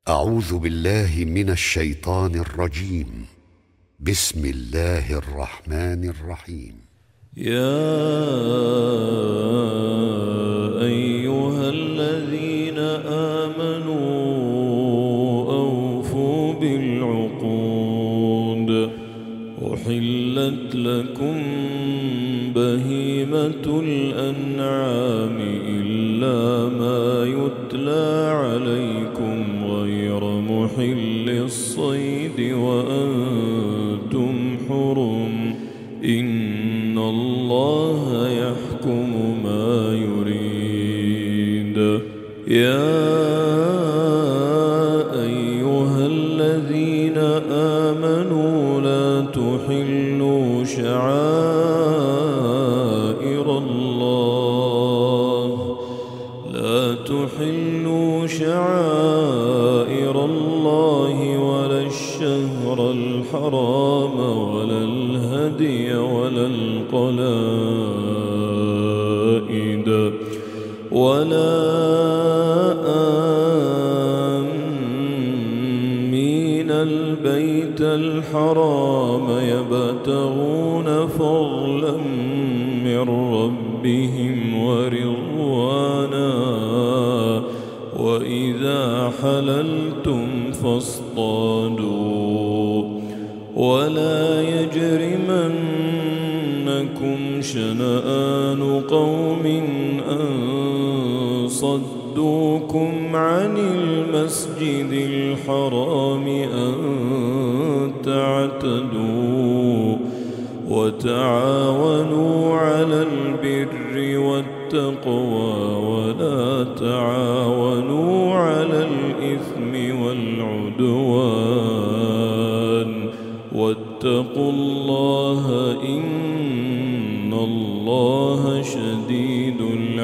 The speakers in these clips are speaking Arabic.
أعوذ بالله من الشيطان الرجيم. بسم الله الرحمن الرحيم. يا أيها الذين آمنوا أوفوا بالعقود. أحلت لكم بهيمة الأنعام إلا ما يتلى عليكم غير محل الصيد وأنتم حرم. إن الله يحكم ما يريد. يا أيها الذين آمنوا لا تحلوا شعائر الله ولا الشهر الحرام ولا الهدي ولا القلائد ولا آمين البيت الحرام يبتغون فضلا من ربهم ورضوانا. وإذا حللتم فاصطادوا ولا يجرمنكم شنآن قوم أن صدوكم عن المسجد الحرام أن تعتدوا. وتعاونوا على البر والتقوى ولا تعاونوا على الإثم والعدوان. واتقوا الله إن الله شديد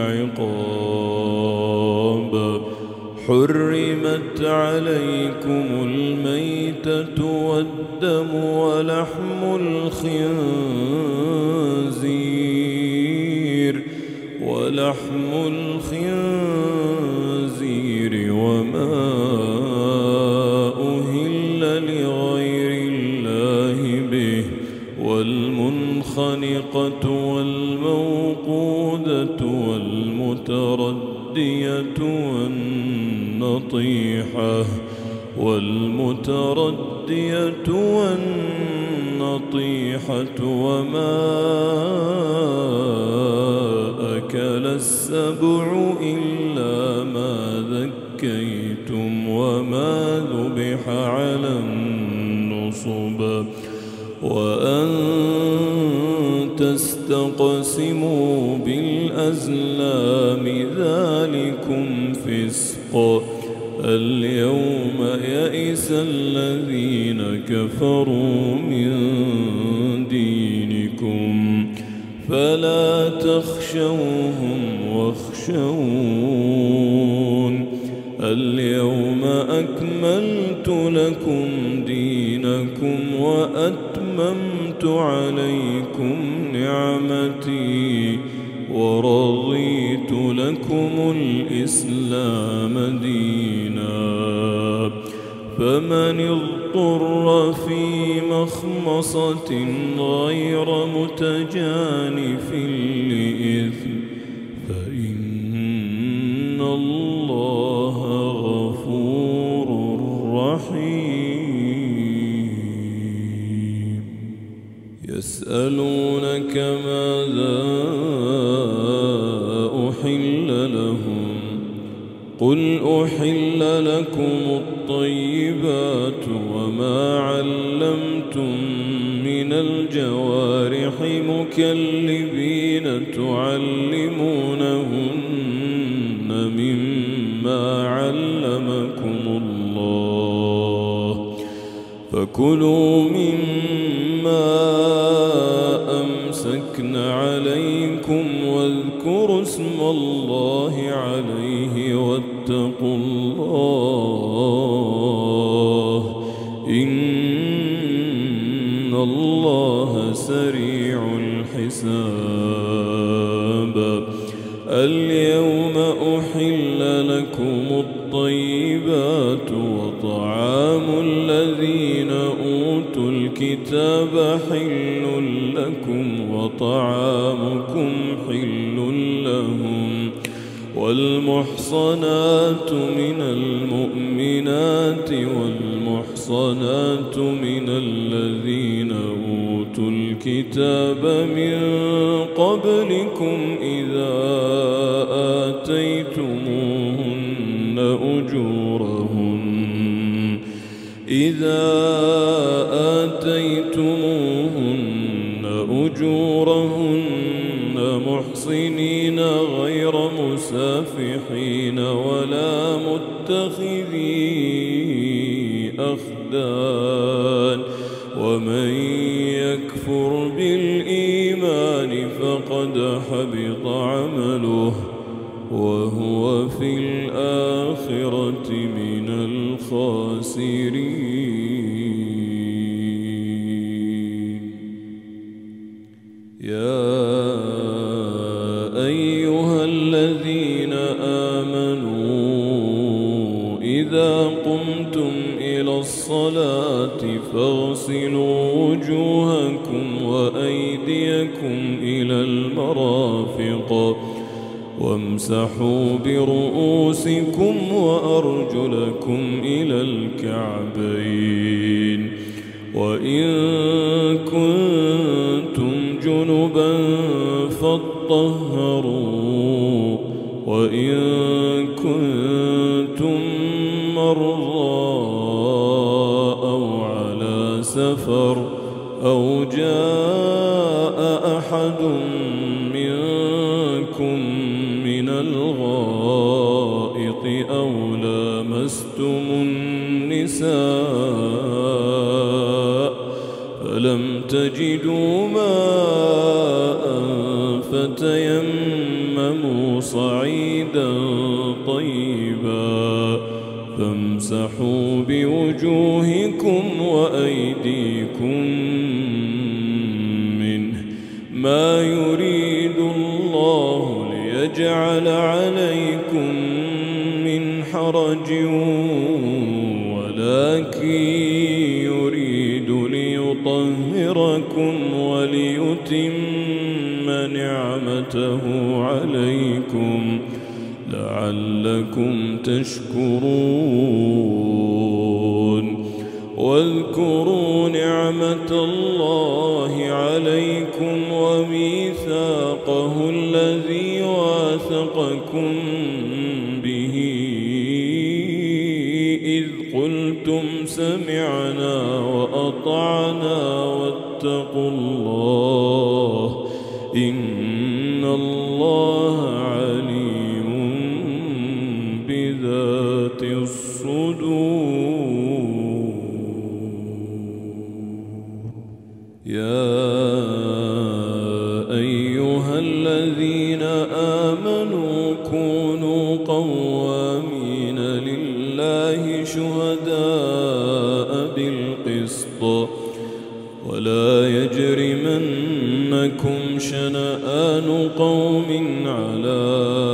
العقاب. حرمت عليكم الميتة والدم ولحم الخنزير وما أهل لغير الله به والمنخنقة والموقودة والمتردية والنطيحة وما أكل السبع إلا ما ذكيتم وما ذبح على النصب وأن تستقسموا بالأزلام ذلكم فسق. اليوم يئس الذين كفروا من دينكم فلا تخشوهم واخشون. اليوم أكملت لكم دينكم وأتممت عليكم نعمتي ورضيت لكم الإسلام دينا. فمن اضطر في مخمصة غير متجانف لإثم فإن الله غفور رحيم. يسألونك ماذا أحل لهم قل أحل لكم الطيبات وما علمتم من الجوارح مكلبين تعلمونهن مما علمكم الله فكلوا مما أمسكن عليكم واذكروا اسم الله عليه واتقوا الله إن الله سريع الحساب. اليوم أحل لكم الطيبات وطعام الذين أوتوا الكتاب حل لكم وطعامكم حل لهم والمحصنات من المؤمنات والمحصنات من الذين أوتوا الكتاب من قبلكم إذا آتيتموهن أجورهن محصنين غير مسافحين ولا متخذي أخدان ومن يكفر بالإيمان فقد حبط عمله وهو في الآخرة من الخاسرين. يا أيها الذين آمنوا إذا قمتم إلى الصلاة فاغسلوا وجوهكم وأيديكم إلى المرافق وامسحوا برؤوسكم وأرجلكم إلى الكعبين وإن كنتم جنبا فاطهروا وإن كنتم مرضى أو على سفر أو جاء أحد منكم من الغائط أو لامستم النساء فلم تجدوا ماء فتيمموا صعيدا طيبا فامسحوا بوجوهكم وأيديكم منه ما يريد الله ليجعل عليكم من حرج ولكن يريد ليطهركم وليتم نعمته عليكم لعلكم تشكرون. واذكروا نعمة الله عليكم وميثاقه الذي واثقكم به إذ قلتم سمعنا وأطعنا واتقوا الله إن الله عليم بذات الصدور. يا أيها الذين آمنوا كونوا قوامين لله شهداء بالقسط ولا يجرمنكم شنآن قوم على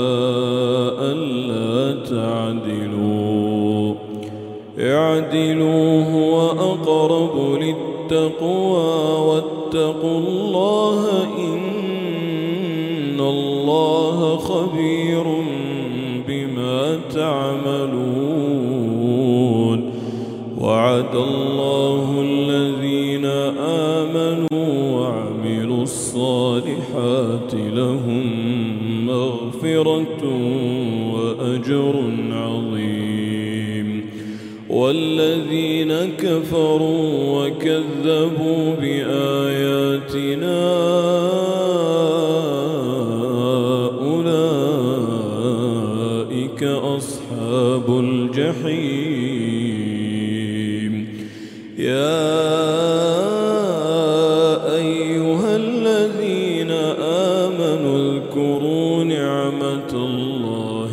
ألا تعدلوا اعدلوا هو أقرب للتقوى واتقوا الله إن الله خبير بما تعملون. وعد الله الذين آمنوا وعملوا الصالحات لهم مغفرة وأجر عظيم. والذين كفروا وكذبوا بآياتنا أولئك أصحاب الجحيم. يا أيها الذين آمنوا اذكروا نعمة الله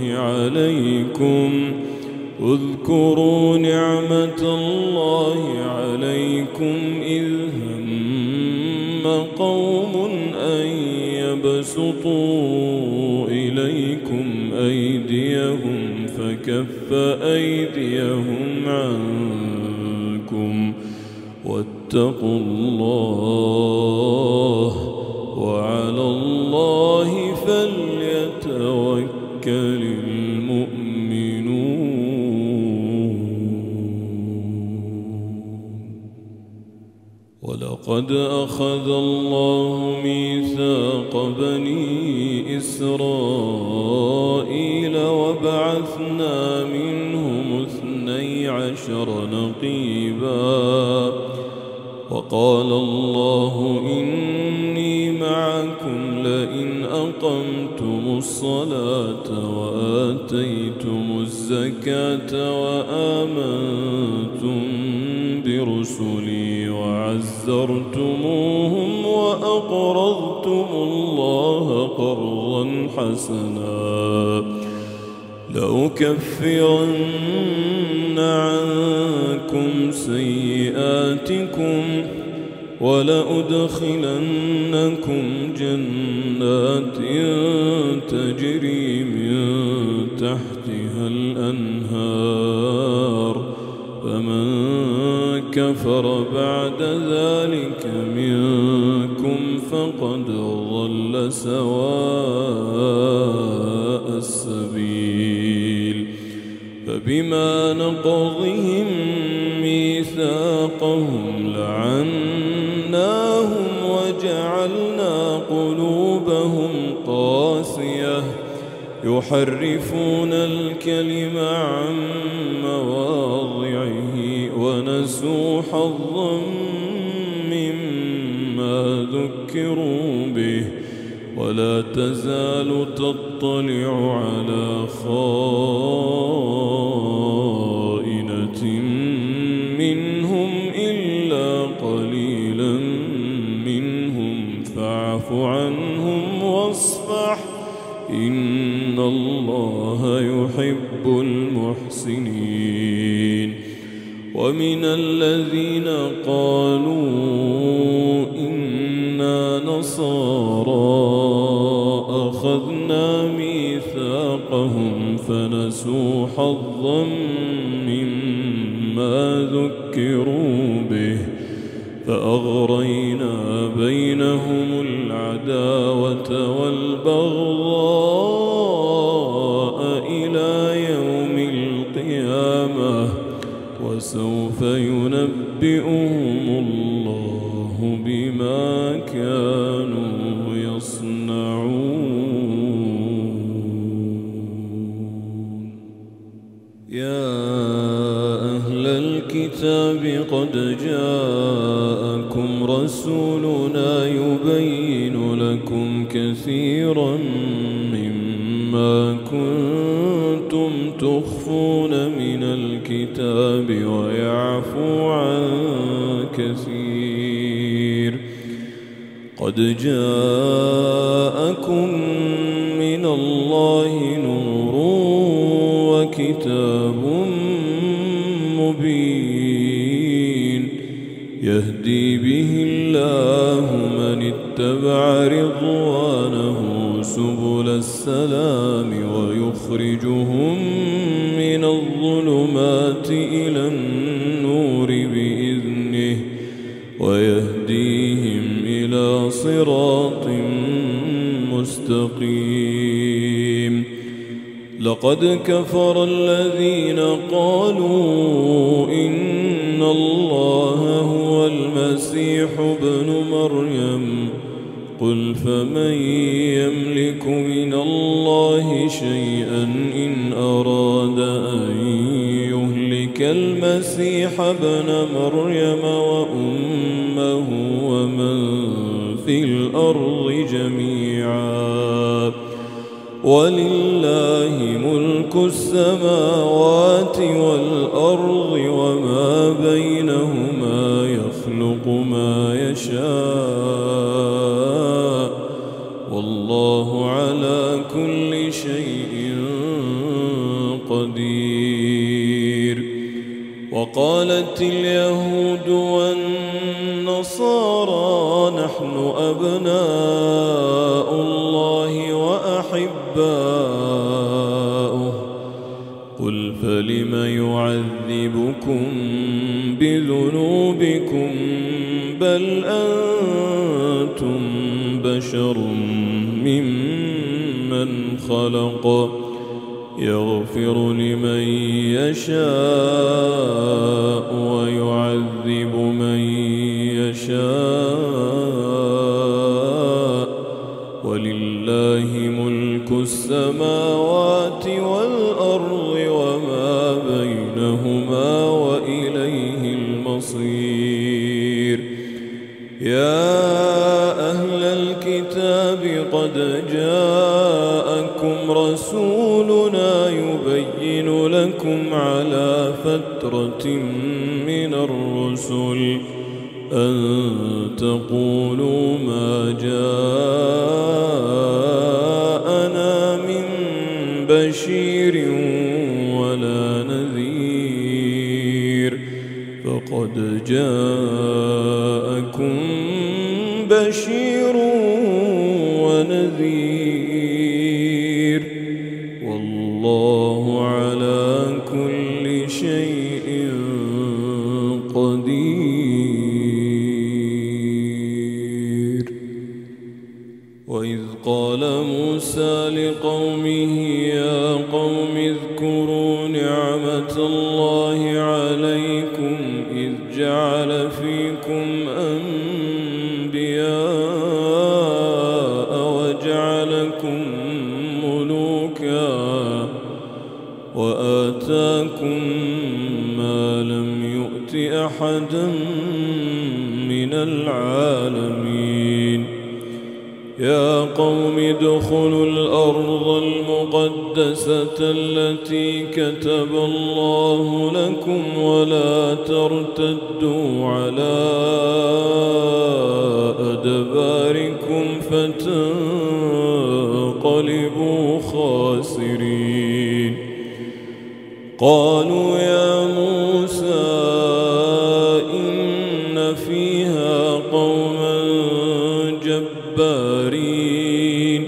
عليكم إذ هم قوم أن يبسطوا إليكم أيديهم فكف أيديهم عنكم واتقوا الله وعلى الله فليتوكل المؤمنون. ولقد أخذ الله ميثاق بني إسرائيل وبعثنا منهم 12 نقيبا وقال الله إني معكم لئن أقمتم الصلاة وآتيتم الزكاة وآمنتم برسلي وعزرتموهم وأقرضتم الله قرضا حسنا لأكفرن عنكم سيئاتكم ولأدخلنكم جنات تجري من تحتها الأنهار فمن كفر بعد ذلك منكم فقد ضل سواء السبيل. فبما نقضهم ميثاقهم لعناهم وجعلنا قلوبهم قاسية يحرفون الكلم عن مواضعه ونسوا حظا مما ذكروا به ولا تزال تطلع على خائنة منهم إلا قليلا منهم فاعف عنهم واصفح إن الله يحب المحسنين. ومن الذين قالوا إنا نصارى أخذنا ميثاقهم فنسوا حظا مما ذكروا به فأغرينا بينهم العداوة والبغضاء إلى يوم القيامة وسوف ينبئهم الله بما كانوا يصنعون. يا أهل الكتاب قد جاءكم رسولنا يبين لكم كثيرا مما كنتم تخفون من الكتاب ويعفو عن كثير. قد جاءكم من الله نور وكتاب مبين يهدي به الله من اتبع رضوانه سبل السلام ويخرجهم من الظلمات إلى النور بإذنه ويهديهم إلى صراط مستقيم. لقد كفر الذين قالوا إن الله هو المسيح ابن مريم قل فمن يملك من الله شيئا إن أراد أن يهلك المسيح ابن مريم وأمه ومن في الأرض جميعا ولله ملك السماوات والأرض وما بينهما يخلق ما يشاء والله على كل شيء قدير. وقالت اليهود والنصارى نحن أبناء الله وأحباؤه فلم يعذبكم بذنوبكم بل أنتم بشر ممن خلق يغفر لمن يشاء ويعذب من يشاء ولله ملك السماوات والأرض وما بينهما وإليه المصير. يا أهل الكتاب قد جاءكم رسولنا يبين لكم على فترة من الرسل أن تقولوا ما جاءنا من بشير ولا نذير فقد جاءكم بشير ونذير والله على كل شيء قدير. وإذ قال موسى لقومه يا قوم اذكروا نعمة الله عليكم إذ جعل فيكم أنبياء وجعلكم ملوكا وآتاكم ما لم يؤت أحدا من العالمين. يا قوم ادخلوا الأرض المقدسة التي كتب الله لكم ولا ترتدوا على أدباركم فتنقلبوا خاسرين. قالوا يا موسى إن فيها قوما جبارين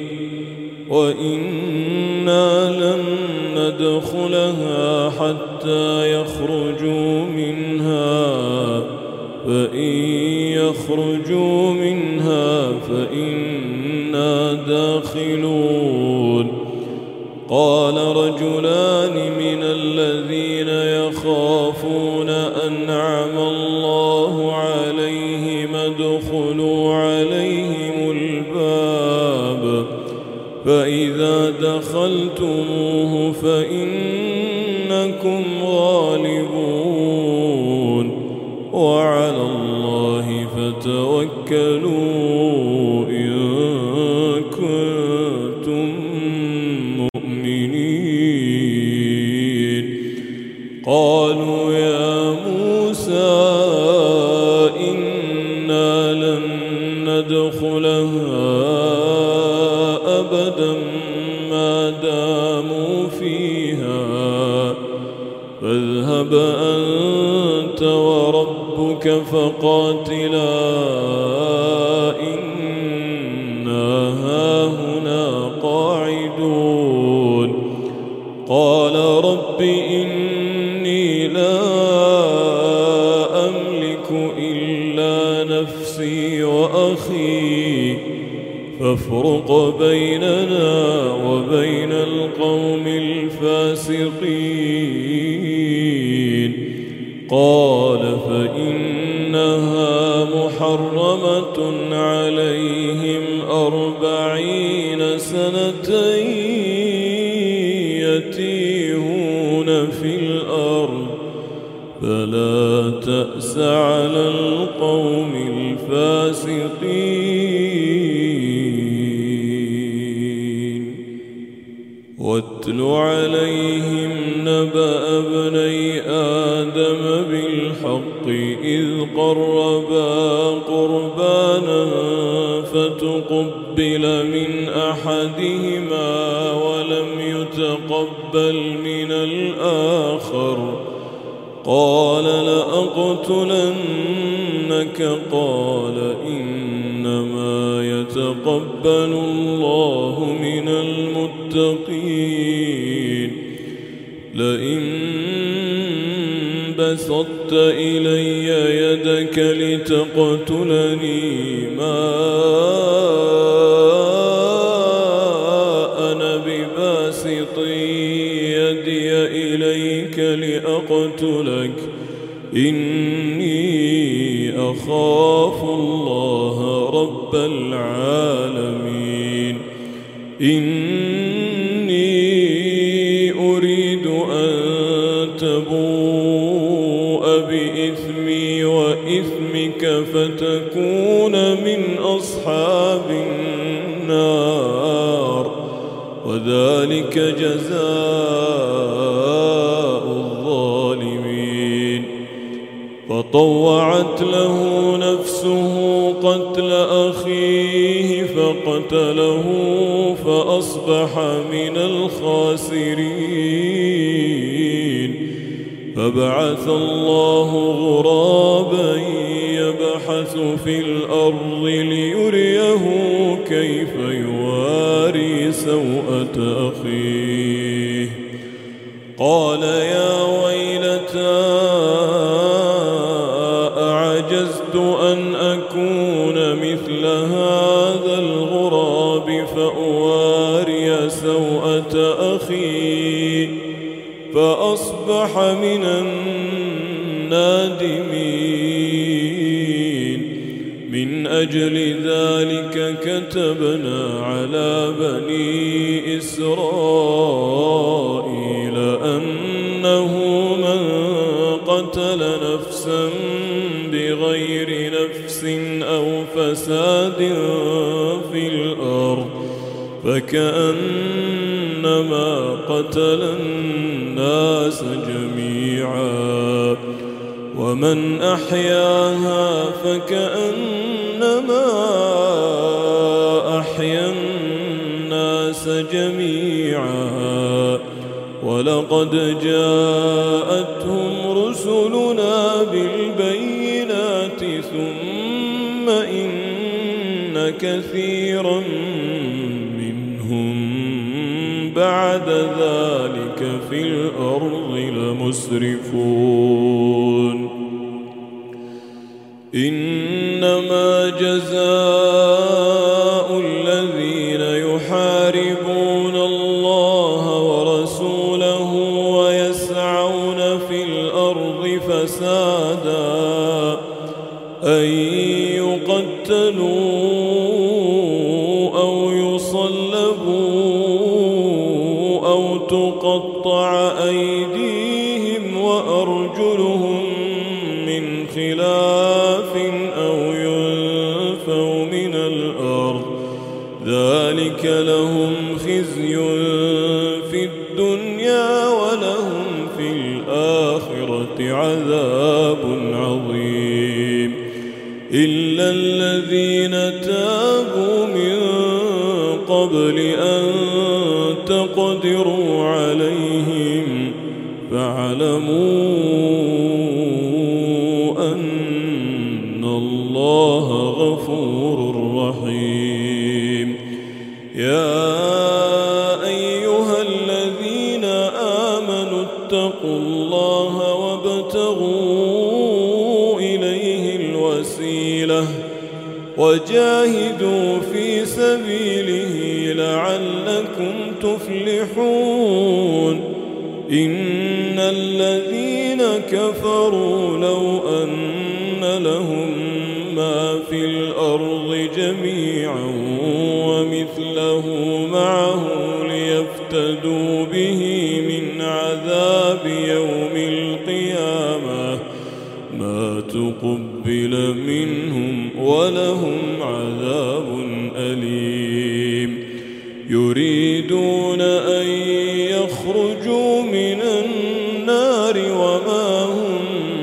وإنا لن ندخلها حتى يخرجوا منها فإن يخرجوا منها فإنا داخلون. قال رجلان من الذين يخافون أنعم الله عليهم ادخلوا عليهم الباب فإذا دخلتموه فإنكم غالبون وعلى الله فتوكلوا إن كنتم مؤمنين. قالوا يا موسى إنا لن ندخلها أبدا ما داموا فيها فاذهب أنت وربك فقاتلا إنا هاهنا قاعدون. قال رب إني لا أملك إلا نفسي وأخي فافرق بيننا وبين القوم الفاسقين. قال فإنها محرمة عليهم 40 سنة يتيهون في الأرض فلا تأس على القوم الفاسقين. واتل عليهم نبأ ابني آدم بالحق إذ قربا قربانا فتقبل من أحدهما ولم يتقبل من الآخر قال لأقتلنك. قال إنما يتقبل الله من المتقين. لئن بسطت إلي يدك لتقتلني ما أنا بباسط يدي إليك لأقتلك إني أخاف الله رب العالمين إني أريد أن تبوء بإثمي وإثمك فتكون من أصحاب النار وذلك جزاء الظالمين فطوعت له نفسه قتل أخيه فقتله فأصبح من الخاسرين فبعث الله غرابا يبحث في الأرض ليريه كيف يواري سوءة أخيه قال يا ويلتى أعجزت أن أكون مثل هذا الغراب فأواري سوءة أخي فأصبح من النادمين من أجل ذلك كتبنا على بني إسرائيل أنه من قتل نفسا بغير نفس أو فساد في الأرض فكأنما قتل الناس جميعا ومن أحياها فكأنما أحيا الناس جميعا ولقد جاءتهم رسلنا بالبينات ثم إن كثيرا منهم بعد ذلك في الأرض لمسرفون إنما جزاء الذين يحاربون الله ورسوله ويسعون في الأرض فسادا أن يقتلوا أو يصلبوا أو تقطع أيديهم وأرجلهم من خلاف أو ينفوا من الأرض ذلك لهم خزي في الدنيا ولهم في الآخرة عذاب عظيم إلا الذين تابوا من قبل أن تقدروا عليهم فاعلموا أن الله غفور رحيم يا أيها الذين آمنوا اتقوا الله وابتغوا إليه الوسيلة وجاهدوا في سبيله لعلكم تفلحون إن الذين كفروا لو أن لهم ما في الأرض جميعا ومثله معه ليفتدوا به من عذاب يوم القيامة ما تقبل منهم ولهم عذاب أليم يريدون أن يخرجوا من النار وما هم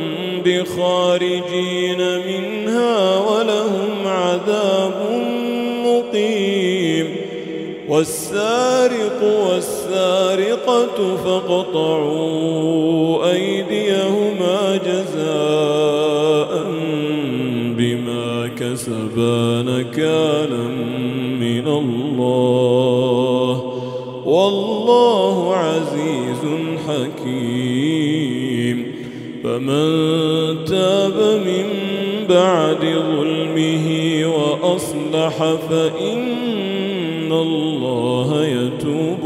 بخارجين منها ولهم عذاب مقيم والسارق والسارقة فاقطعوا أيديهما جزاء بما كسبا نكالا من الله والله عزيز حكيم فمن تاب من بعد ظلمه وأصلح فإن الله يتوب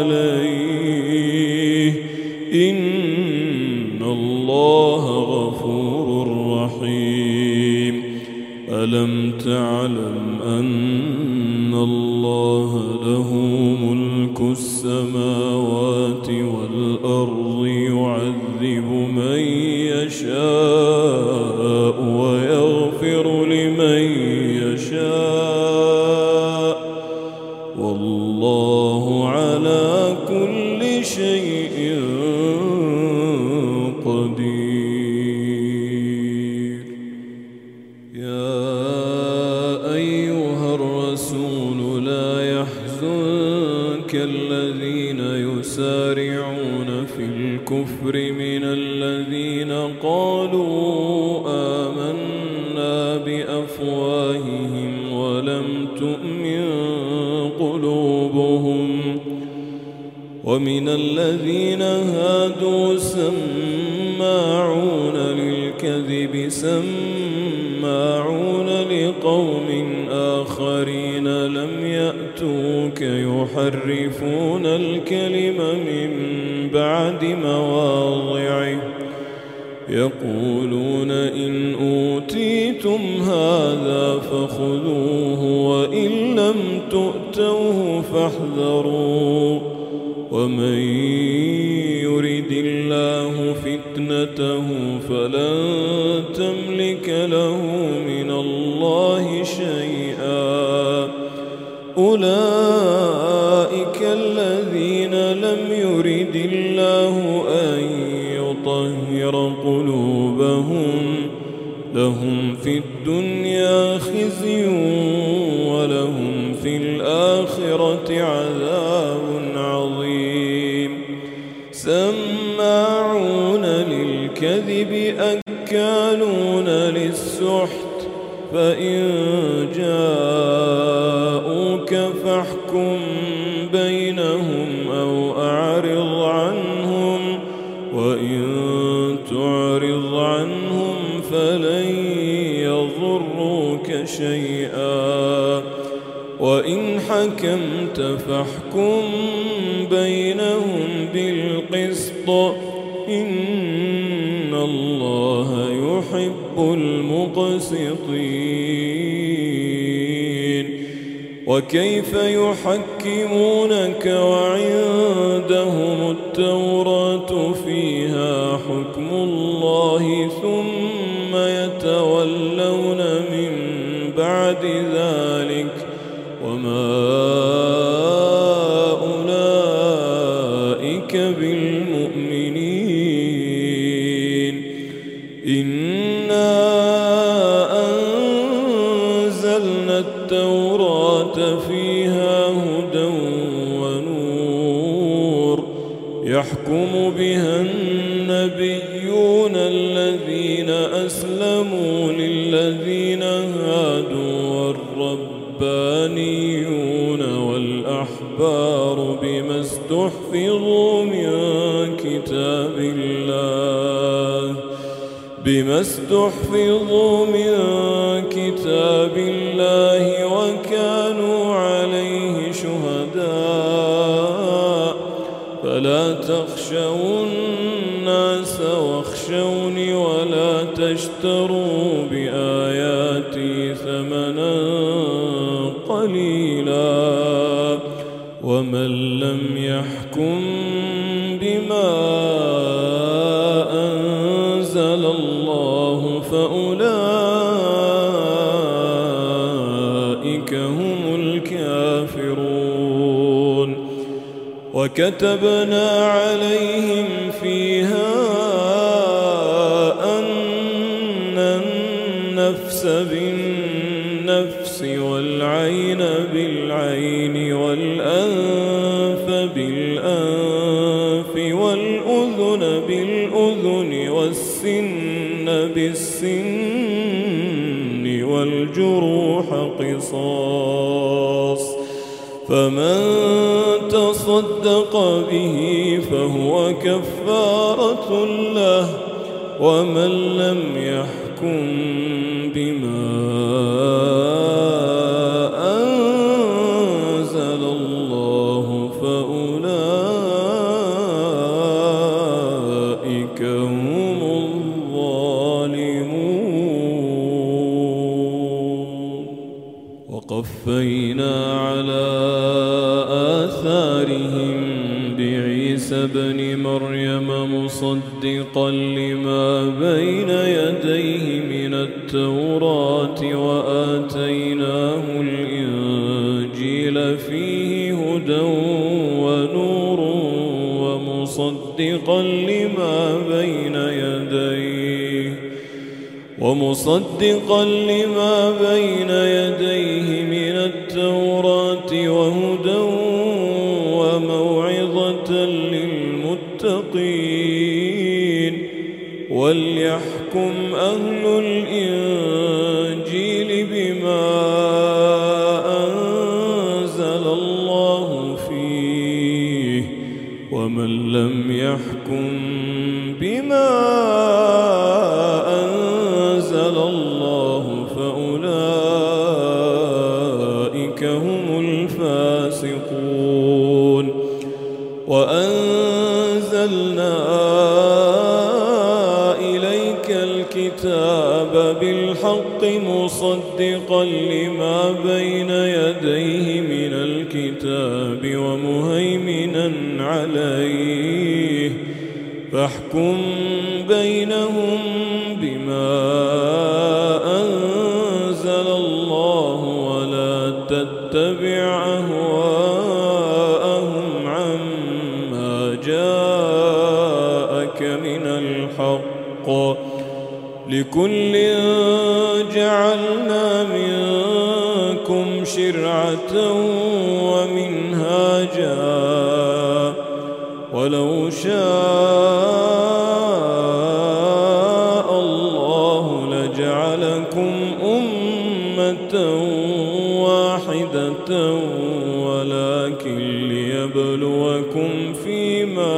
عليه إن الله غفور رحيم. ألم تعلم أن الله له ملك السماوات والأرض يعذب من يشاء ويغفر لمن يشاء والله على كل شيء قدير. يا أيها الرسول لا يحزنك الذين يسارعون في الكفر من الذين قالوا آمنا بأفواههم ولم تؤمن قلوبهم ومن الذين هادوا سماعون للكذب سماعون لقوم آخرين لم يأتوك يحرفون الكلم من بعد مواضعه يقولون إن أوتيتم هذا فخذوه وإن لم تؤتوه فاحذروا ومن يرد الله فتنته فلن تملك له من الله شيئا. أولئك الذين لم يرد الله أن يطهر قلوبهم لهم في الدنيا خزي ولهم في الآخرة عذاب عظيم. سماعون للكذب أكالون للسحت فإن جاءوك فاحكم بينهم أو أعرض عنهم وإن تعرض عنهم فلن يضروك شيئا وإن حكمت فاحكم بينهم بالقسط إن الله يحب المقسطين. وكيف يحكمونك وعندهم التوراة فيها حكم الله ثم يتولون من بعد ذلك وما أولئك بالمؤمنين. إنا أنزلنا التوراة فيها هدى ونور يحكم بها النبيون الذين أسلموا للذين هادوا والربانيون والأحبار بما استحفظوا من كتاب الله وكانوا عليه شهداء فلا تخشوا الناس واخشوني ولا تشتروا بآياتي ثمنا قليلا ومن لم يحكم بما أنزل الله فأولئك هم الكافرون. وكتبنا عليهم فيها أن النفس بالنفس والعين بالعين والأنف بالأنف والأذن بالأذن والسن بالسن والجروح قصاص فمن تصدق به فهو كفارة له ومن لم يحكم بما أنزل الله فأولئك هم الظالمون. وقفينا على آثارهم بعيسى ابن مريم مصدقا لما بين يديه من التوراة وآتيناه الإنجيل فيه هدى ونور ومصدقا لما بين يديه من التوراة وهدى وموعظة للمتقين. وليحكم أهل الإنجيل بما أنزل الله فيه، ومن لم يحكم بما أنزل الله فأولئك هم الفاسقون. وأنزلنا إليك الكتاب بالحق مصدقا لما بين يديه من الكتاب ومهيمنا عليه، فاحكم بينهم بما أنزل الله ولا تتبع أهواءهم عما جاءك من الحق، لكل جعلنا منكم شرعة ومنهاجا ولو شاء الله لجعلكم أمة واحدة ولكن ليبلوكم فيما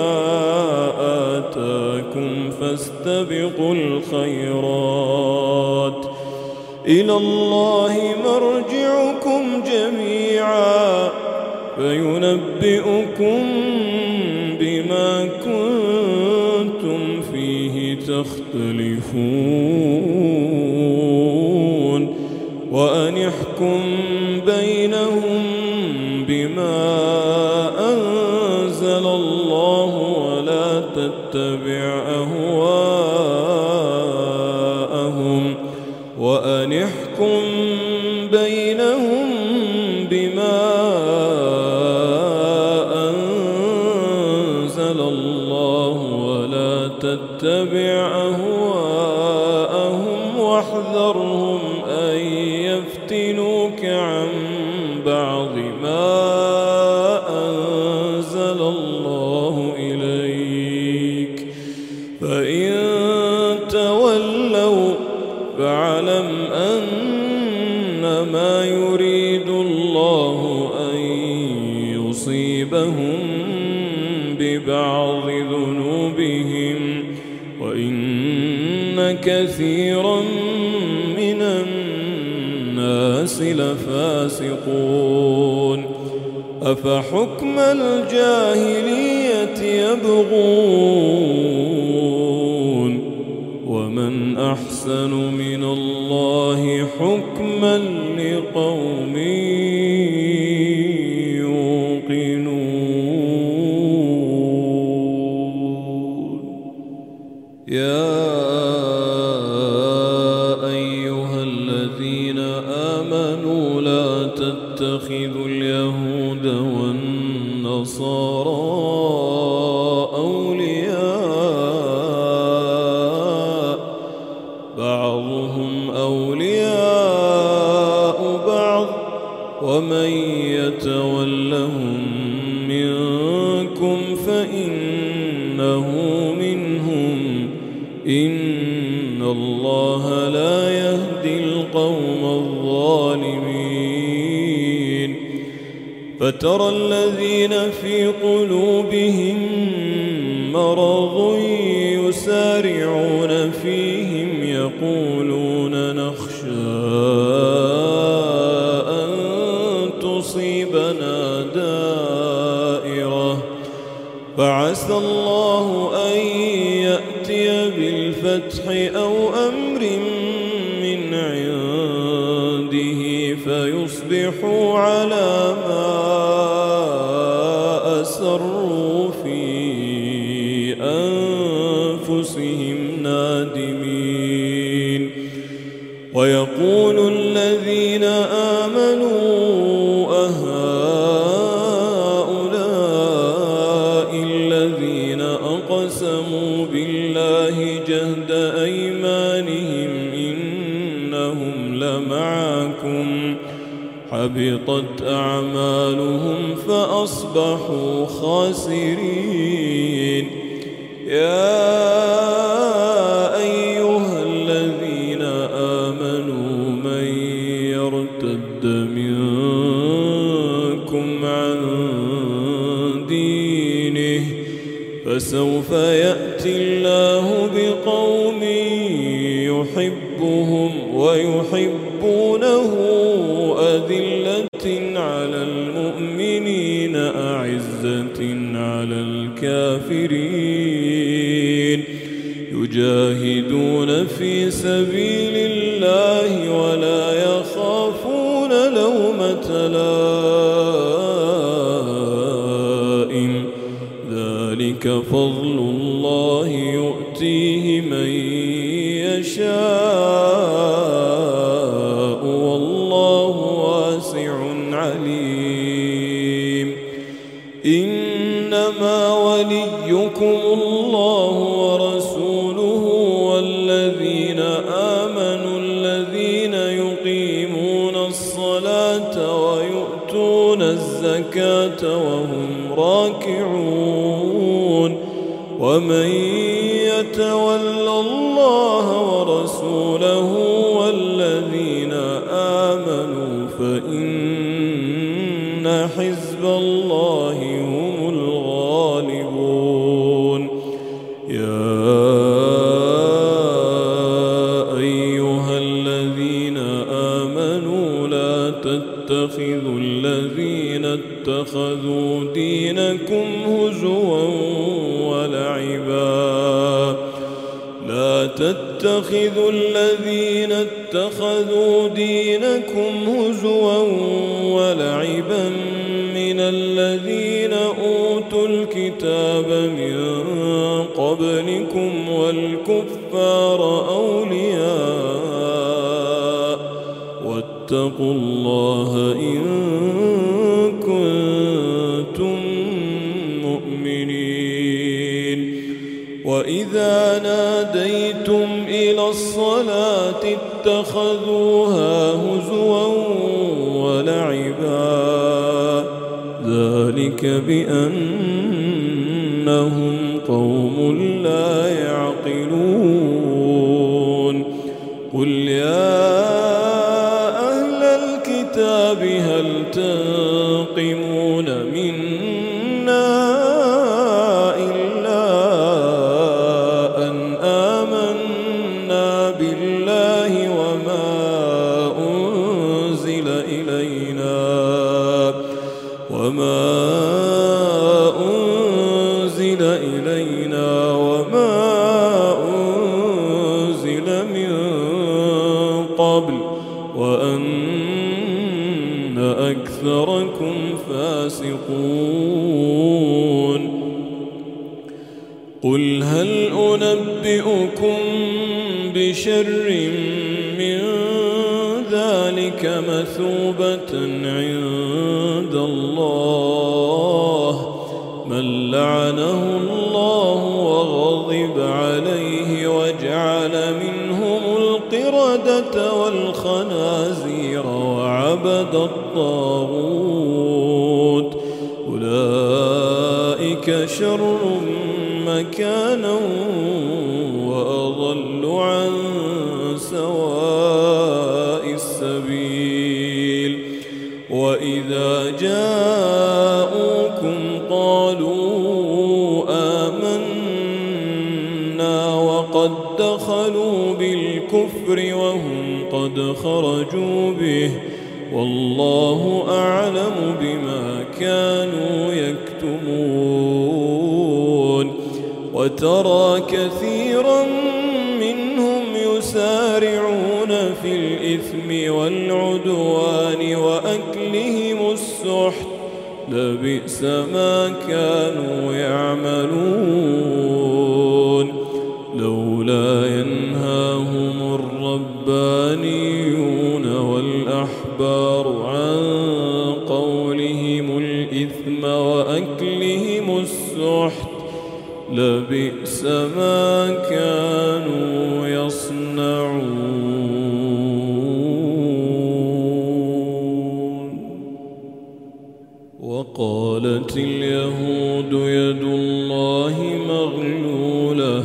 آتاكم فاستبقوا الخيرات، إلى الله مرجعكم جميعا فينبئكم بما كنتم فيه تختلفون. وأن احكم بينهم بما أنزل الله ولا تتبع أهواءهم، وأن احكم بينهم بما أنزل الله ولا تتبع أهواءهم واحذرهم أن يفتنوك عن بعض ما أنزل الله إليك، فإن تولوا فاعلم أنما يريد الله أن يصيبهم ببعض ذنوبهم، وإن كثيرا من الناس لفاسقون. أفحكم الجاهلية يبغون، ومن أحسن من الله حكما لقوم يوقنون. يا أيها الذين آمنوا لا تتخذوا اليهود والنصارى أولياء، بعضهم أولياء بعض، ومن يتولهم منكم فإنه منهم، إن الله لا يهدي القوم الظالمين. فترى الذين في قلوبهم مرض يسارعون فيهم يقولون نخشى أن تصيبنا دائرة فعسى الله أن يأتي بالفتح أو أمر من عنده فيصبحوا على ما أسروا في أنفسهم نادمين ويقول الذين آمنوا أهؤلاء الذين أقسموا بالله جهد أيمانهم إنهم لمعكم حبطت أعمالهم فأصبحوا خاسرين يا أيها الذين آمنوا من يرتد منكم عن دينه فسوف يأتي الله بقوم يحبهم ويحبونه أذلة على المؤمنين أعزة على الكافرين يجاهدون في سبيل الله ولا يخافون لومة لائم ذلك فضل الله يؤتيه من يشاء والله واسع عليم إنما وليكم الله ورسوله والذين آمنوا الذين يقيمون الصلاة ويؤتون الزكاة وهم راكعون ومن يتول الله ورسوله والذين آمنوا فإن حزب الله هم الغالبون يا أيها الذين آمنوا لا تتخذوا الذين اتخذوا دينكم هزوا ولعبا لا تتخذوا الذين اتخذوا دينكم هزوا ولعبا من الذين أوتوا الكتاب من قبلكم والكفار أولياء واتقوا الله إن كنتم مؤمنين وإذا ناديتم إلى الصلاة اتخذوها هزوا ولعبا ذلك بأنهم قوم لا يعقلون قل يا أهل الكتاب هل تنقمون منا إلا أن آمنا بالله وما أنزل إلينا وما أنزل من قبل وأن أكثركم فاسقون قل هل أنبئكم بشر من ذلك مثوبة عند الله من لعنه الله وغضب عليه وجعل منهم القردة والخنازير وعبد الطاغوت أولئك شر مكانا وأضل عن سواء السبيل وإذا جاءوكم قالوا آمنا الكفر وهم قد خرجوا به، والله أعلم بما كانوا يكتمون. وترى كثيرا منهم يسارعون في الإثم والعدوان وأكلهم السحت، لبئس ما كانوا يعملون. لولا ينهاهم الربانيون والأحبار عن قولهم الإثم وأكلهم السحت، لبئس ما كانوا يصنعون. وقالت اليهود يد الله مغلولة،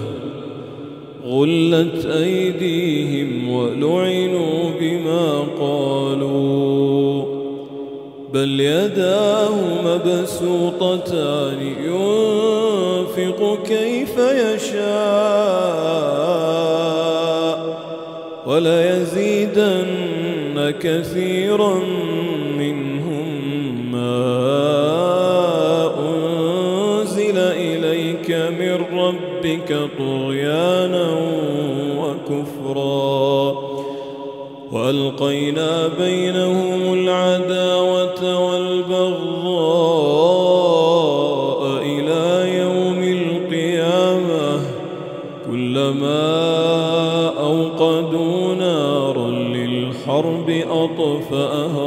غلت أيديهم ولعنوا بما قالوا، بل يداه مبسوطتان ينفق كيف يشاء، وليزيدن كثيرا منهم ما أنزل إليك من ربك طغيانا وكفرا، وألقينا بينهم العداوة والبغضاء إلى يوم القيامة، كلما أوقدوا نارا للحرب أطفأها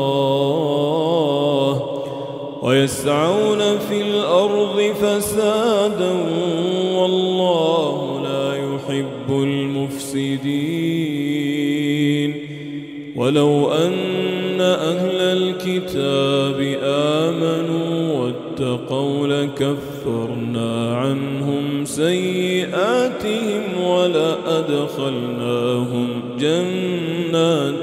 الله، ويسعون في الأرض فسادا، والله لا يحب المفسدين. ولو أن أهل الكتاب آمنوا واتقوا لكفرنا عنهم سيئاتهم ولأدخلناهم جنات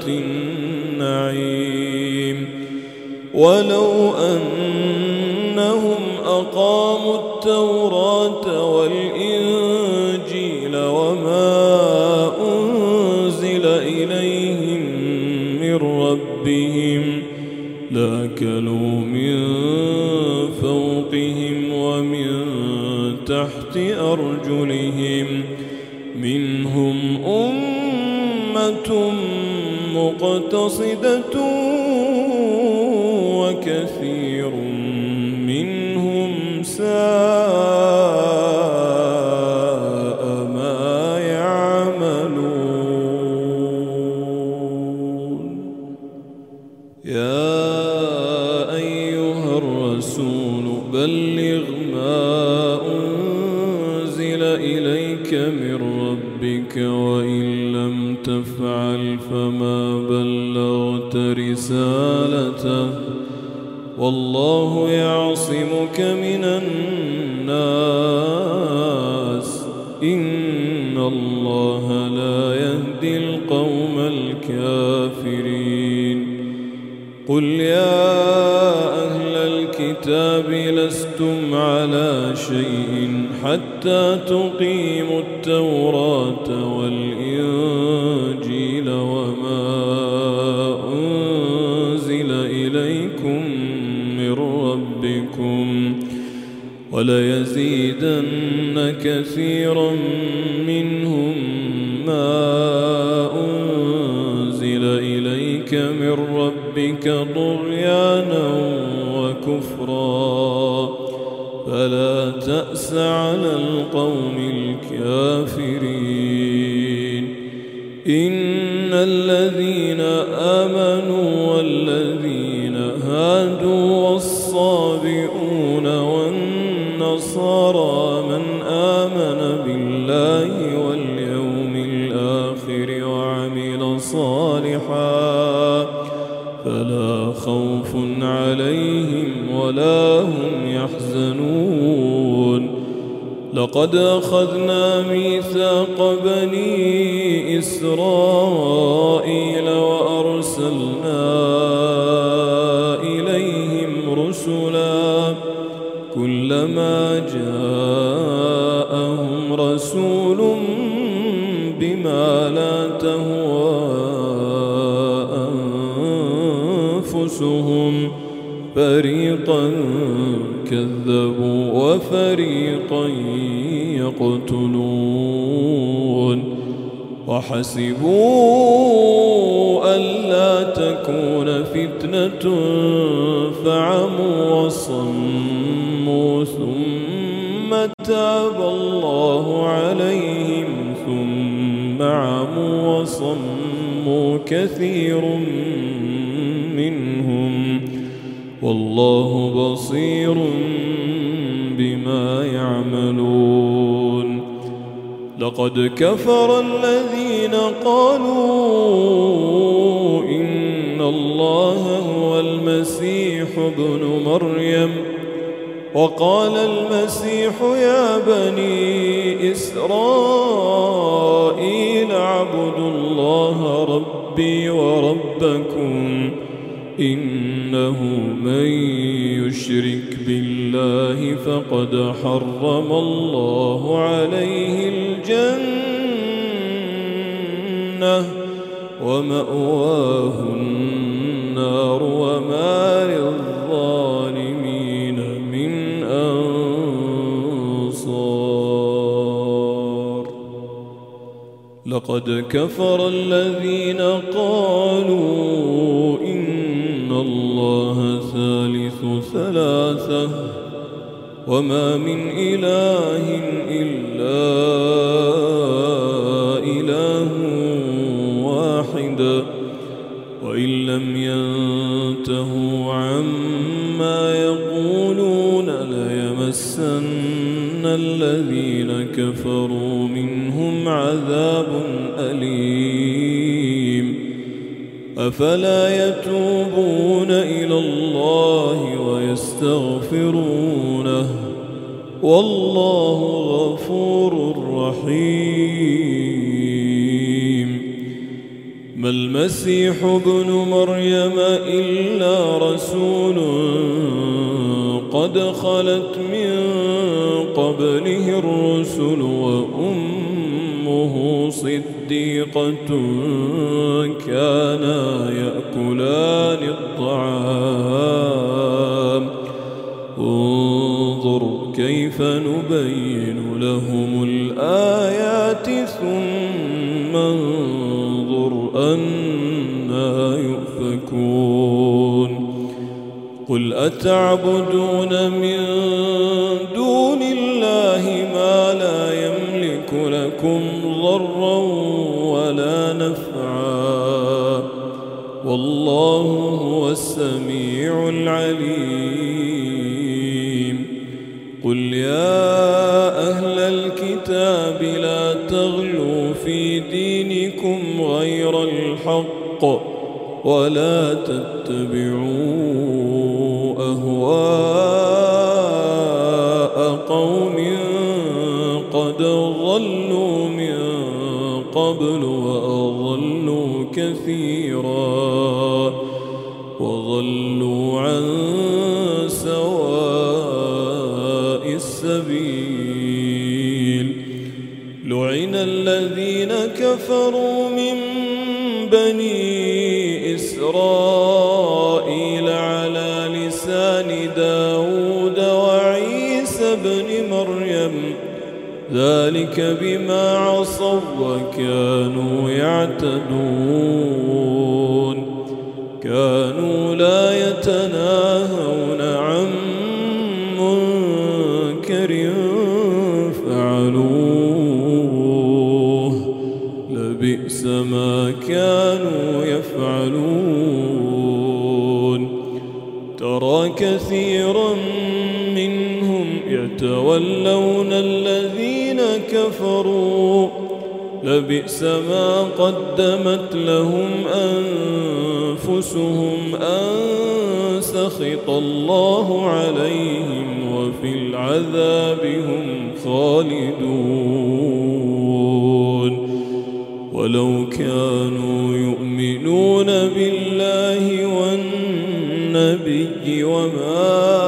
النعيم. ولو أنهم أقاموا التوراة والإنجيل وما أنزل إليهم من ربهم لأكلوا من فوقهم ومن تحت أرجلهم، منهم أمة مقتصدة وكثير منهم ساء ما يعملون. يا أيها الرسول بلغ ما أنزل إليك من ربك، وإن لم تفعل فما بلغت رسالته، والله يعصمك من الناس، إن الله لا يهدي القوم الكافرين. قل يا أهل الكتاب لستم على شيء حتى تقيموا التوراة والإنجيل وما أنزل إليكم من ربكم، وليزيدن كثيرا منهم ما أنزل إليك من ربك طغيانا وكفرا، فلا تأس على القوم الكافرين. إن الذين آمنوا والذين هادوا والصابئون والنصارى من آمن بالله واليوم الآخر وعمل صالحا فلا خوف عليهم ولا هم يحزنون. لقد أخذنا ميثاق بني إسرائيل وأرسلنا إليهم رسلا كلما جاءهم رسول بما لا تهوى أنفسهم فريقا كذبوا وفريقا يقتلون وحسبوا ألا تكون فتنة فعموا وصموا ثم تاب الله عليهم ثم عموا وصموا كثير منهم والله بصير بما يعملون لقد كفر الذين قالوا إن الله هو المسيح ابن مريم وقال المسيح يا بني إسرائيل اعبدوا الله ربي وربكم إنه من يشرك بالله فقد حرم الله عليه الجنة ومأواه النار وما للظالمين من أنصار لقد كفر الذين قالوا إن الله ثالث ثلاثة وما من إله إلا إله واحد وإن لم ينتهوا عما يقولون ليمسن الذين كفروا منهم عذاب أليم أفلا يتوبون إلى الله ويستغفرونه والله غفور رحيم ما المسيح ابن مريم إلا رسول قد خلت من قبله الرسل وأمه صديقة كانا يأكلان الطعام انظر كيف نبين لهم الآيات ثم انظر أنى يؤفكون قل أتعبدون من دون الله ما لا يملك لكم ضرا ولا نفعا والله هو السميع العليم قل يا أهل الكتاب لا تغلوا في دينكم غير الحق ولا تتبعوا أهواء قوم قد ضلوا من قبل وأضلوا كثيرا وضلوا عن سواء السبيل لعن الذين كفروا من بني إسرائيل على لسان داود وعيسى بن مريم ذلك بما عصوا وكانوا يعتدون كانوا لا يتناهون عن منكر فعلوه لبئس ما كانوا يفعلون ترى كثيرا منهم يتولون الذين كفروا لبئس ما قدمت لهم أنفسهم أن سخط الله عليهم وفي العذاب هم خالدون ولو كانوا يؤمنون بالله والنبي وما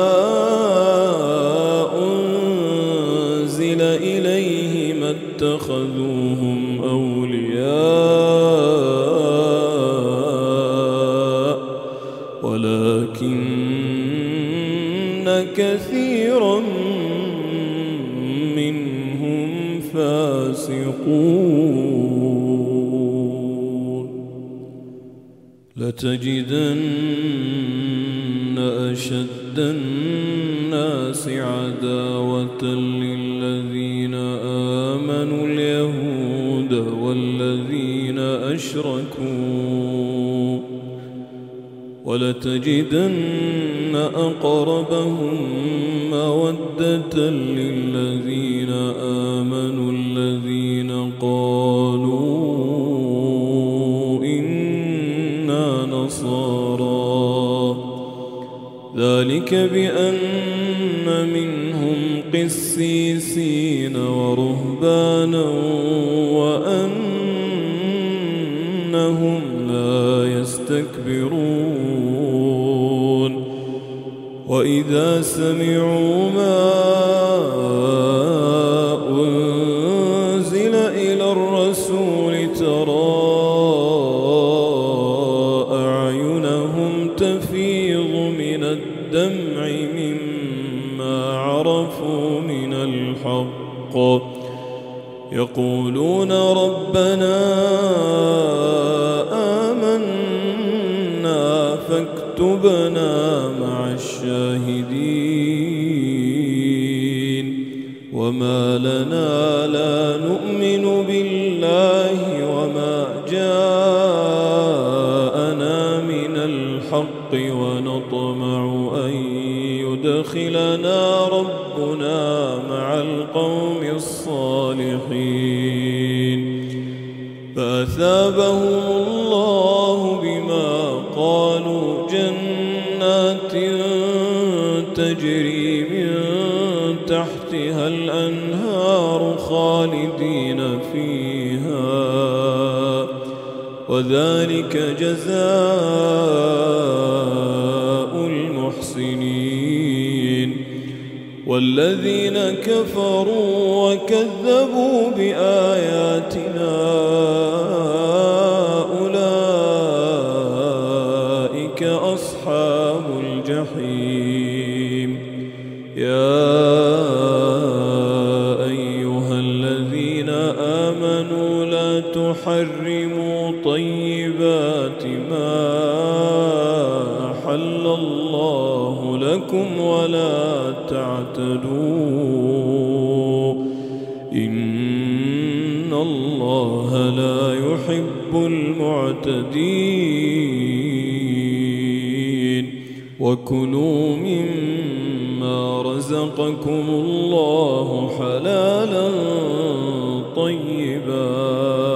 أنزل إليه ما اتخذوهم أولياء لتجدن أشد الناس عداوة للذين آمنوا اليهود والذين أشركوا ولتجدن أقربهم مودة للذين آمنوا الذين قالوا إنا نصارى ذلك بأن منهم قسيسين ورهبانا وأنهم لا يستكبرون وإذا سمعوا ما أنزل إلى الرسول ترى أعينهم تفيض من الدمع مما عرفوا من الحق يقولون ربنا آمنا فاكتبنا مع الشاهدين وما لنا لا نؤمن بالله وما جاءنا من الحق ونطمع أن يدخلنا ربنا مع القوم الصالحين فأثابهم الله بما قالوا جنات تجري من تحتها الأنهار خالدين فيها وذلك جزاء المحسنين والذين كفروا وكذبوا بآياتنا أولئك أصحاب الجحيم يا أيها الذين آمنوا لا تحرموا طيبات ما أحل الله لكم ولا تعتدوا إن الله لا يحب المعتدين وكلوا مما رزقكم الله حلالا طيبا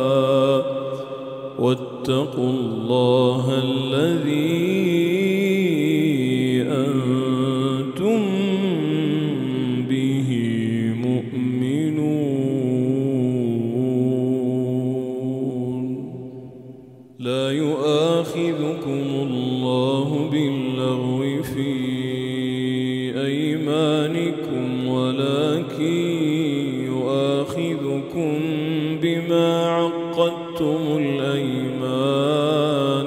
واتقوا الله الذي أنتم به مؤمنون لا يؤاخذكم الله باللغو في أيمانكم ولكن يؤاخذكم بما عقدتم الأيمان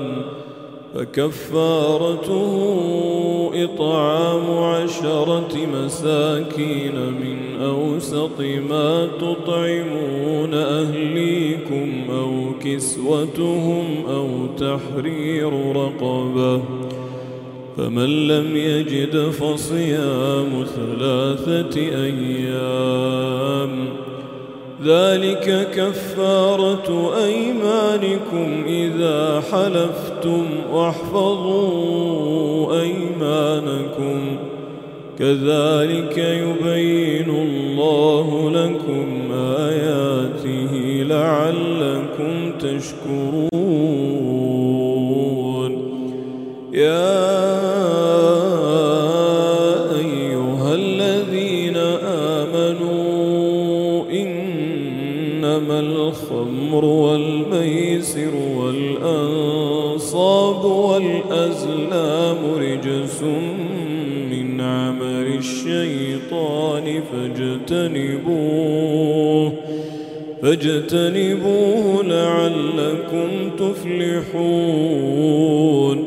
فكفارته إطعام 10 مساكين من أوسط ما تطعمون أهليكم أو كسوتهم أو تحرير رقبة فمن لم يجد فصيام 3 أيام ذلك كفارة أيمانكم إذا حلفتم واحفظوا أيمانكم كذلك يبين الله لكم آياته لعلكم تشكرون يا أيها الذين آمنوا إنما الخمر والميسر والأنصاب والأزلام رجس من عمل الشيطان فاجتنبوه لعلكم تفلحون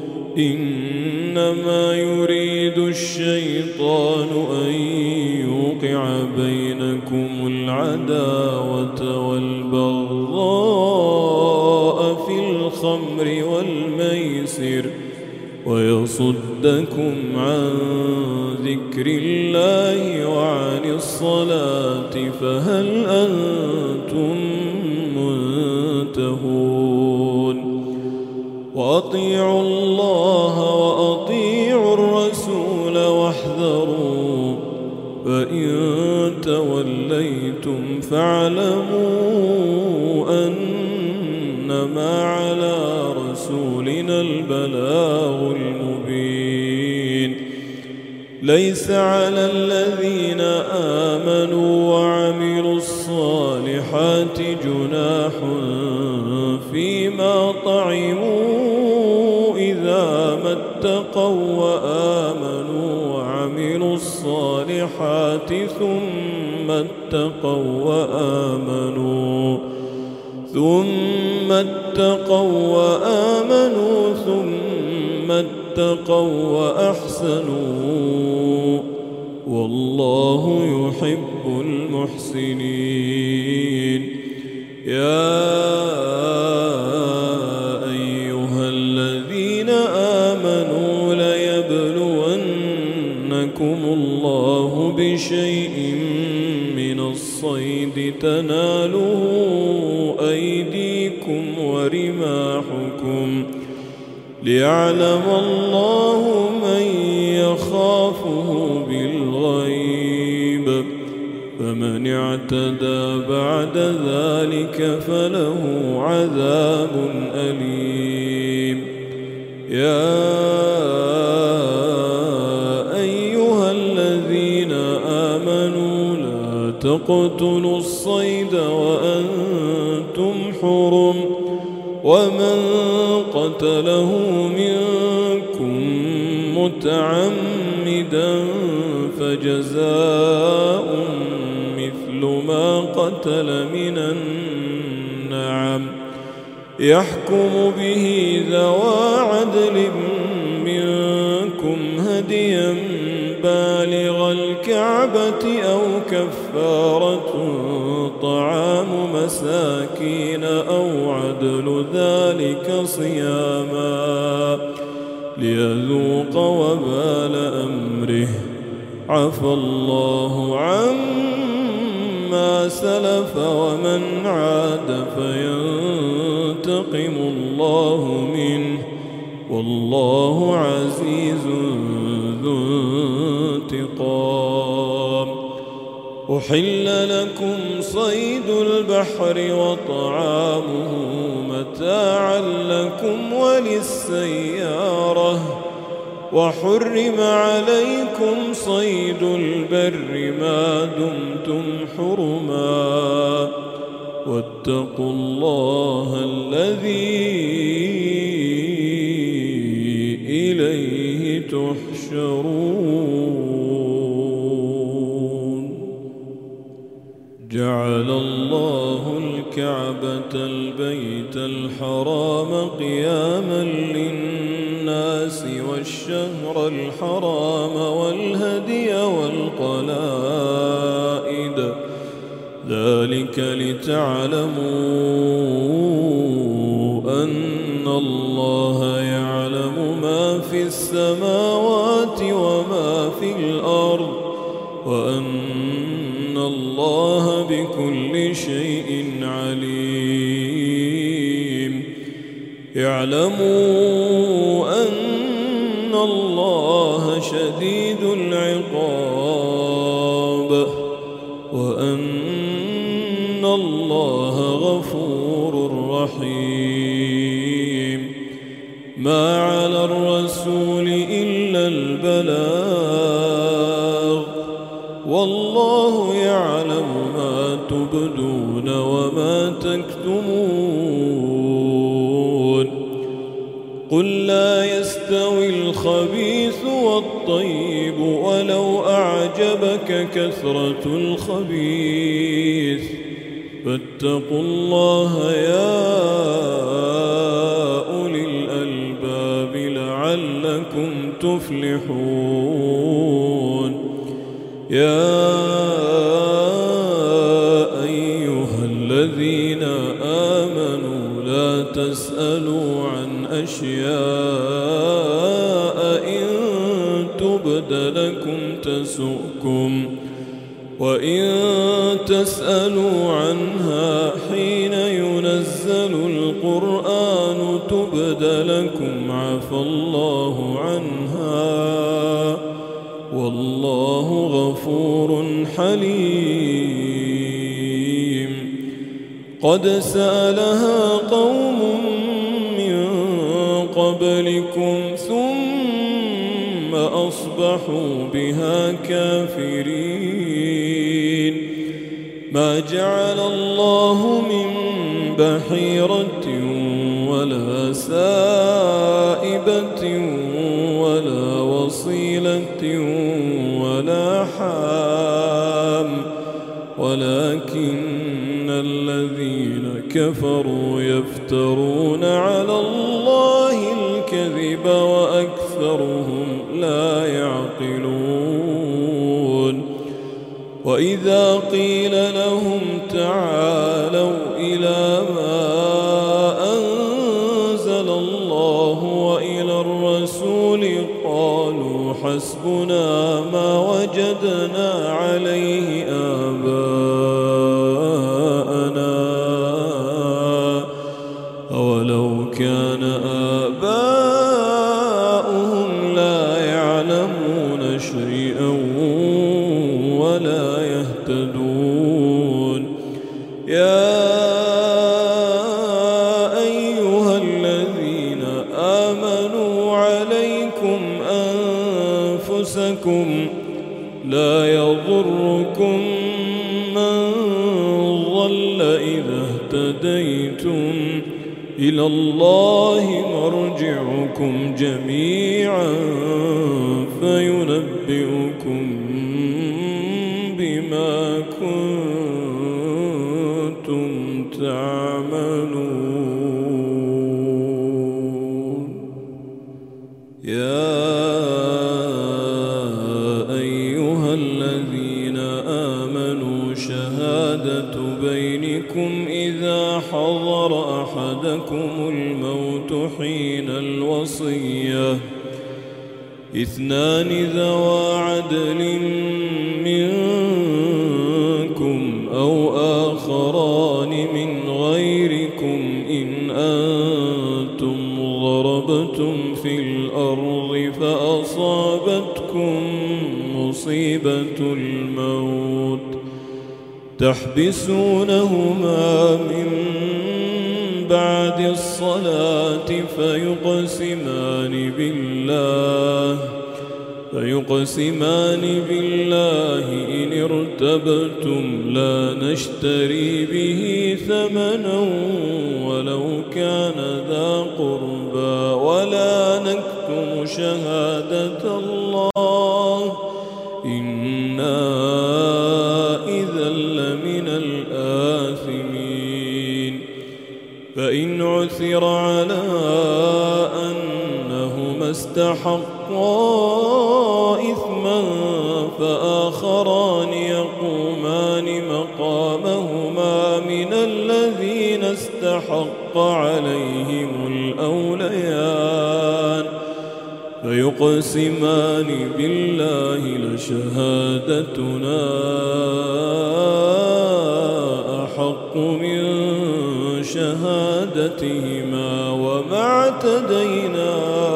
إنما يريد الشيطان أن يوقع بينكم العداوة والبغضاء في والخمر والميسر ويصدكم عن ذكر الله وعن الصلاة فهل أنتم منتهون وأطيعوا الله وأطيعوا الرسول واحذروا فإن توليتم فاعلموا أنما على رسولنا البلاغ المبين ليس على الذين آمنوا وعملوا الصالحات جناح فيما طعموا إذا ما اتقوا وآمنوا وعملوا الصالحات ثم اتقوا وآمنوا ثم اتقوا وأحسنوا والله يحب المحسنين يا أيها الذين آمنوا ليبلونكم الله بشيء من الصيد تناله أيديكم ورماحكم ليعلم الله من يخافه بالغيب فمن اعتدى بعد ذلك فله عذاب أليم يا أيها الذين آمنوا لا تقتلوا الصيد وأنتم حرم ومن قتله منكم متعمدا فجزاء مثل ما قتل من النعم يحكم به ذوى عدل منكم هديا بالغ الكعبة أو كفارة طعام مساكين أو عدل ذلك صياما ليذوق وبال أمره عفى الله عما سلف ومن عاد فينتقم الله منه والله عزيز ذو انتقام أحل لكم صيد البحر وطعامه متاعا لكم وللسيارة وحرم عليكم صيد البر ما دمتم حرما واتقوا الله الذي إليه تحشرون جعل الله الكعبة البيت الحرام قياما للناس والشهر الحرام والهدي والقلائد ذلك لتعلموا أن الله يعلم ما في السماوات وما في الأرض وأن الله بكل شيء عليم اعلموا أن الله شديد العقاب وأن الله غفور رحيم ما على الرسول إلا البلاغ والله يعلم ما تبدون وما تكتمون قل لا يستوي الخبيث والطيب ولو أعجبك كثرة الخبيث فاتقوا الله يا أولي الألباب لعلكم تفلحون يا أيها الذين آمنوا لا تسألوا عن أشياء إن تبد لكم تسؤكم وإن تسألوا عنها حين ينزل القرآن تبد لكم عفى الله عنها والله غفور حليم. قد سألها قوم من قبلكم ثم أصبحوا بها كافرين. ما جعل الله من بحيرة ولا سائبة ولا وصيلة ولا حام ولكن الذين كفروا يفترون على الله الكذب وأكثرهم لا يعقلون. وإذا قيل لهم تعالوا إلى ما أنزل الله وإلى الرسول قالوا حسبنا ما وجدنا عليه آباءنا أولو كان آباؤهم لا يعلمون شيئا ولا يهتدون. يا أيها الذين آمنوا عليكم أنفسكم لا يضركم من ضل إذا اهتديتم إلى الله مرجعكم جميعا فينبئكم بما كنتم تعملون. يا أيها الذين آمنوا شهادة بينكم إذا حضر أحدكم الموت حين الوصية اثنان ذوا عدل منكم أو آخران من غيركم إن أنتم ضربتم في الأرض فأصابتكم مصيبة الموت تحبسونهما من بعد الصلاة فيقسمان بالله إن ارتبتم لا نشتري به ثمنا ولو كان ذا قربى ولا نكتم شهادة الله إنا إذا لمن الآثمين. فإن عثر على أنهما استحقا إثما فآخران يقومان مقامهما من الذين استحق عليهم الأوليان فيقسمان بالله لشهادتنا أحق من شهادتهما وما اعتدينا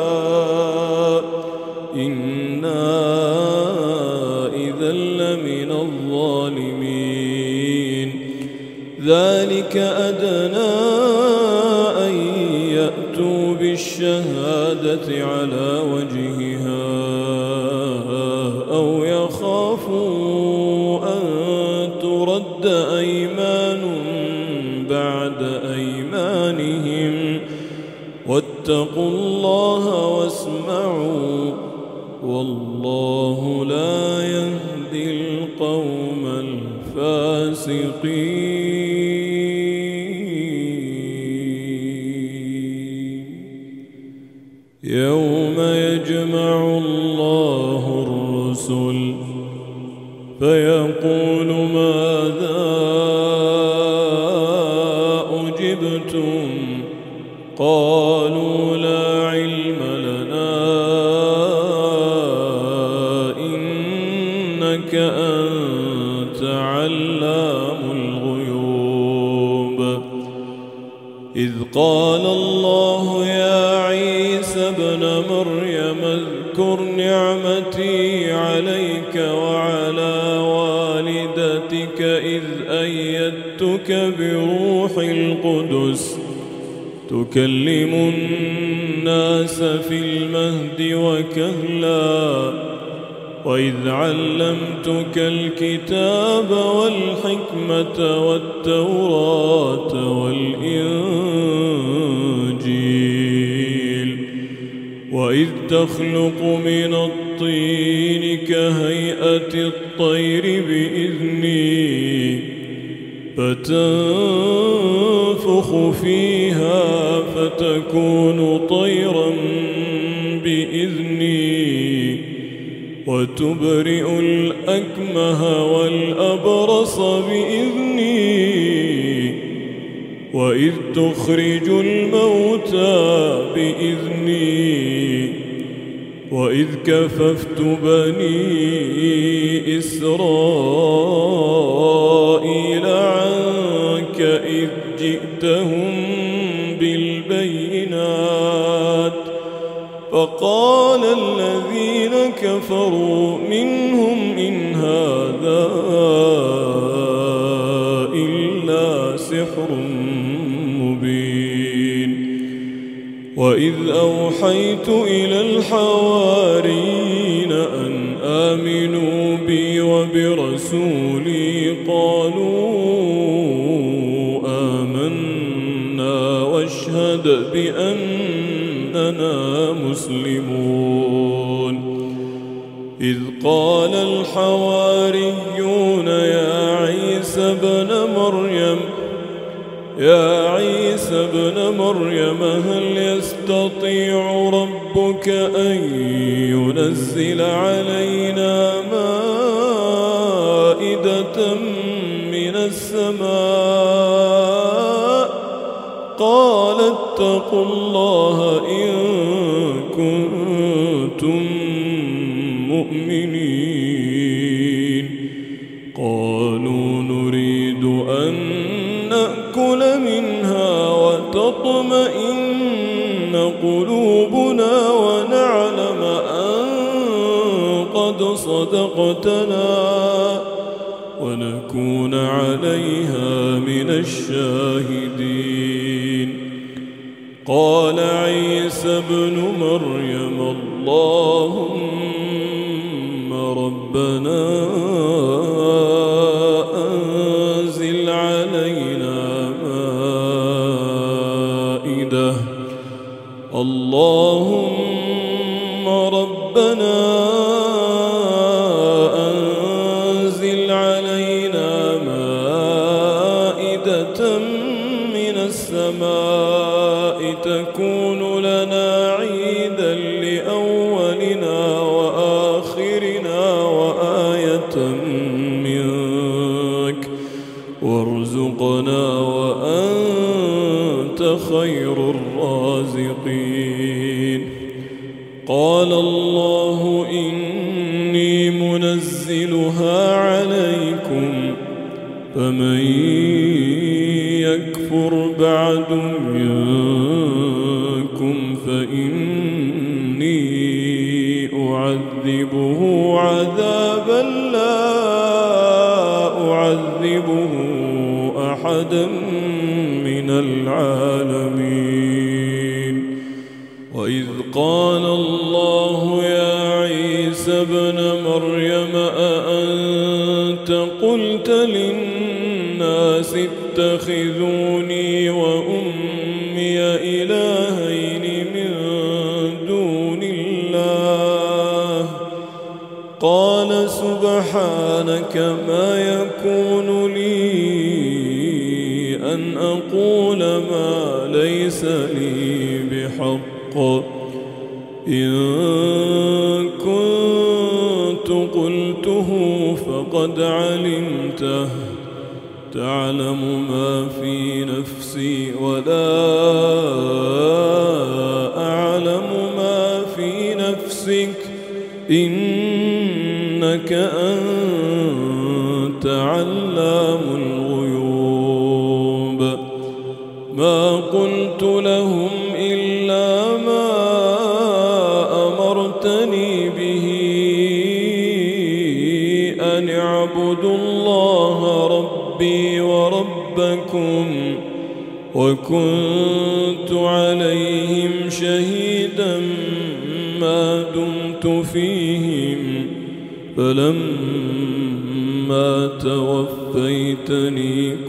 إنا إذا لمن الظالمين. ذلك أدنى أن يأتوا بالشهادة على وجهها أو يخافوا أن ترد أيمان بعد أيمانهم واتقوا الله واسمعوا والله لا يهدي القوم الفاسقين. يوم يجمع الله الرسل فيقول ماذا أجبتم قالوا لا علم لنا إنك أنت علام الغيوب إذ قال الله يا عيسى ابن مريم اذكر نعمتي عليك وعلى والدتك إذ أيدتك بروح القدس تكلم الناس في المهد وكهلا وإذ علمتك الكتاب والحكمة والتوراة والإنجيل وإذ تخلق من الطين كهيئة الطير بإذني فتنفخ فيها فتكون طيرا بإذني وتبرئ الأكمه والأبرص بإذني وإذ تخرج الموتى بإذني وإذ كففت بني إسرائيل عنك إذ جئتهم بالبينات فقال الذين كفروا منهم إن هذا إلا سحر مبين وإذ أوحيت إلى الحواريين أن آمنوا بي وبرسولي قالوا آمنا واشهد بأننا مسلمون إذ قال الحواريون يا عيسى ابن مريم هل يستطيع ربك أن ينزل علينا مائدة من السماء قال اتقوا الله إن كنتم مؤمنين قالوا نريد أن نأكل منها وتطمئن قلوبنا ونعلم أن قد صدقتنا ونكون عليها من الشاهدين قال عيسى ابن مريم اللهم ربنا أنزل علينا مائدة اللهم ربنا أنزل علينا مائدة من السماء تكون لنا عيدا لأولنا وآخرنا وآية منك وارزقنا وأنت خير الرازقين قال الله إني منزلها عليكم فمن يكفر بعد منكم فإني أعذبه عذابا لا أعذبه أحدا من العالمين وإذ قال الله يا عيسى ابن مريم أأنت قلت للناس اتخذوني وأمي إلهين من دون الله قال سبحانك ما يكون لي أن أقول ما ليس لي بحق إن كنت قلته فقد علمته تعلم ما في نفسي ولا إنك أنت علام الغيوب ما قلت لهم إلا ما أمرتني به أن اعبدوا الله ربي وربكم وكنت عليهم شهيدا ما دمت فيهم فلما توفيتني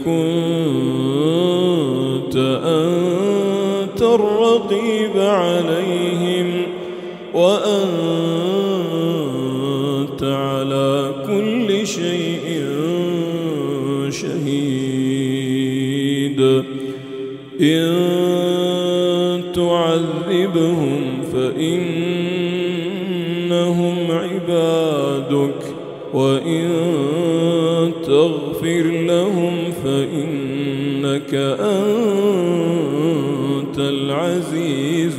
كنت أنت الرقيب عليهم وأنت على كل شيء شهيد إن تعذبهم فإنهم عبادك وإن تغفر لهم فإنك أنت العزيز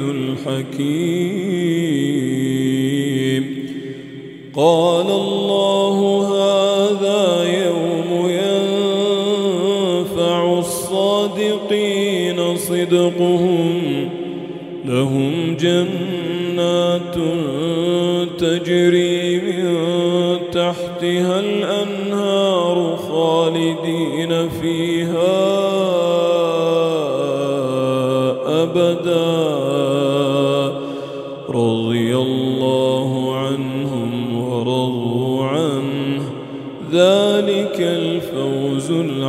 الحكيم قال الله هذا يوم ينفع الصادقين صدقهم لهم جنات تجري من تحتها الأنهار خالدين فيها أبدا رضي الله عنهم ورضوا عنه ذلك الفوز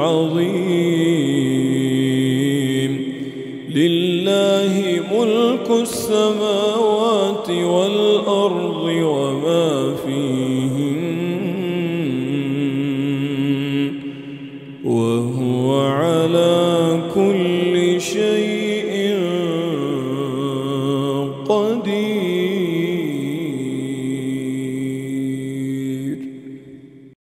العظيم لله ملك السماوات والأرض وما فيهن وهو على كل شيء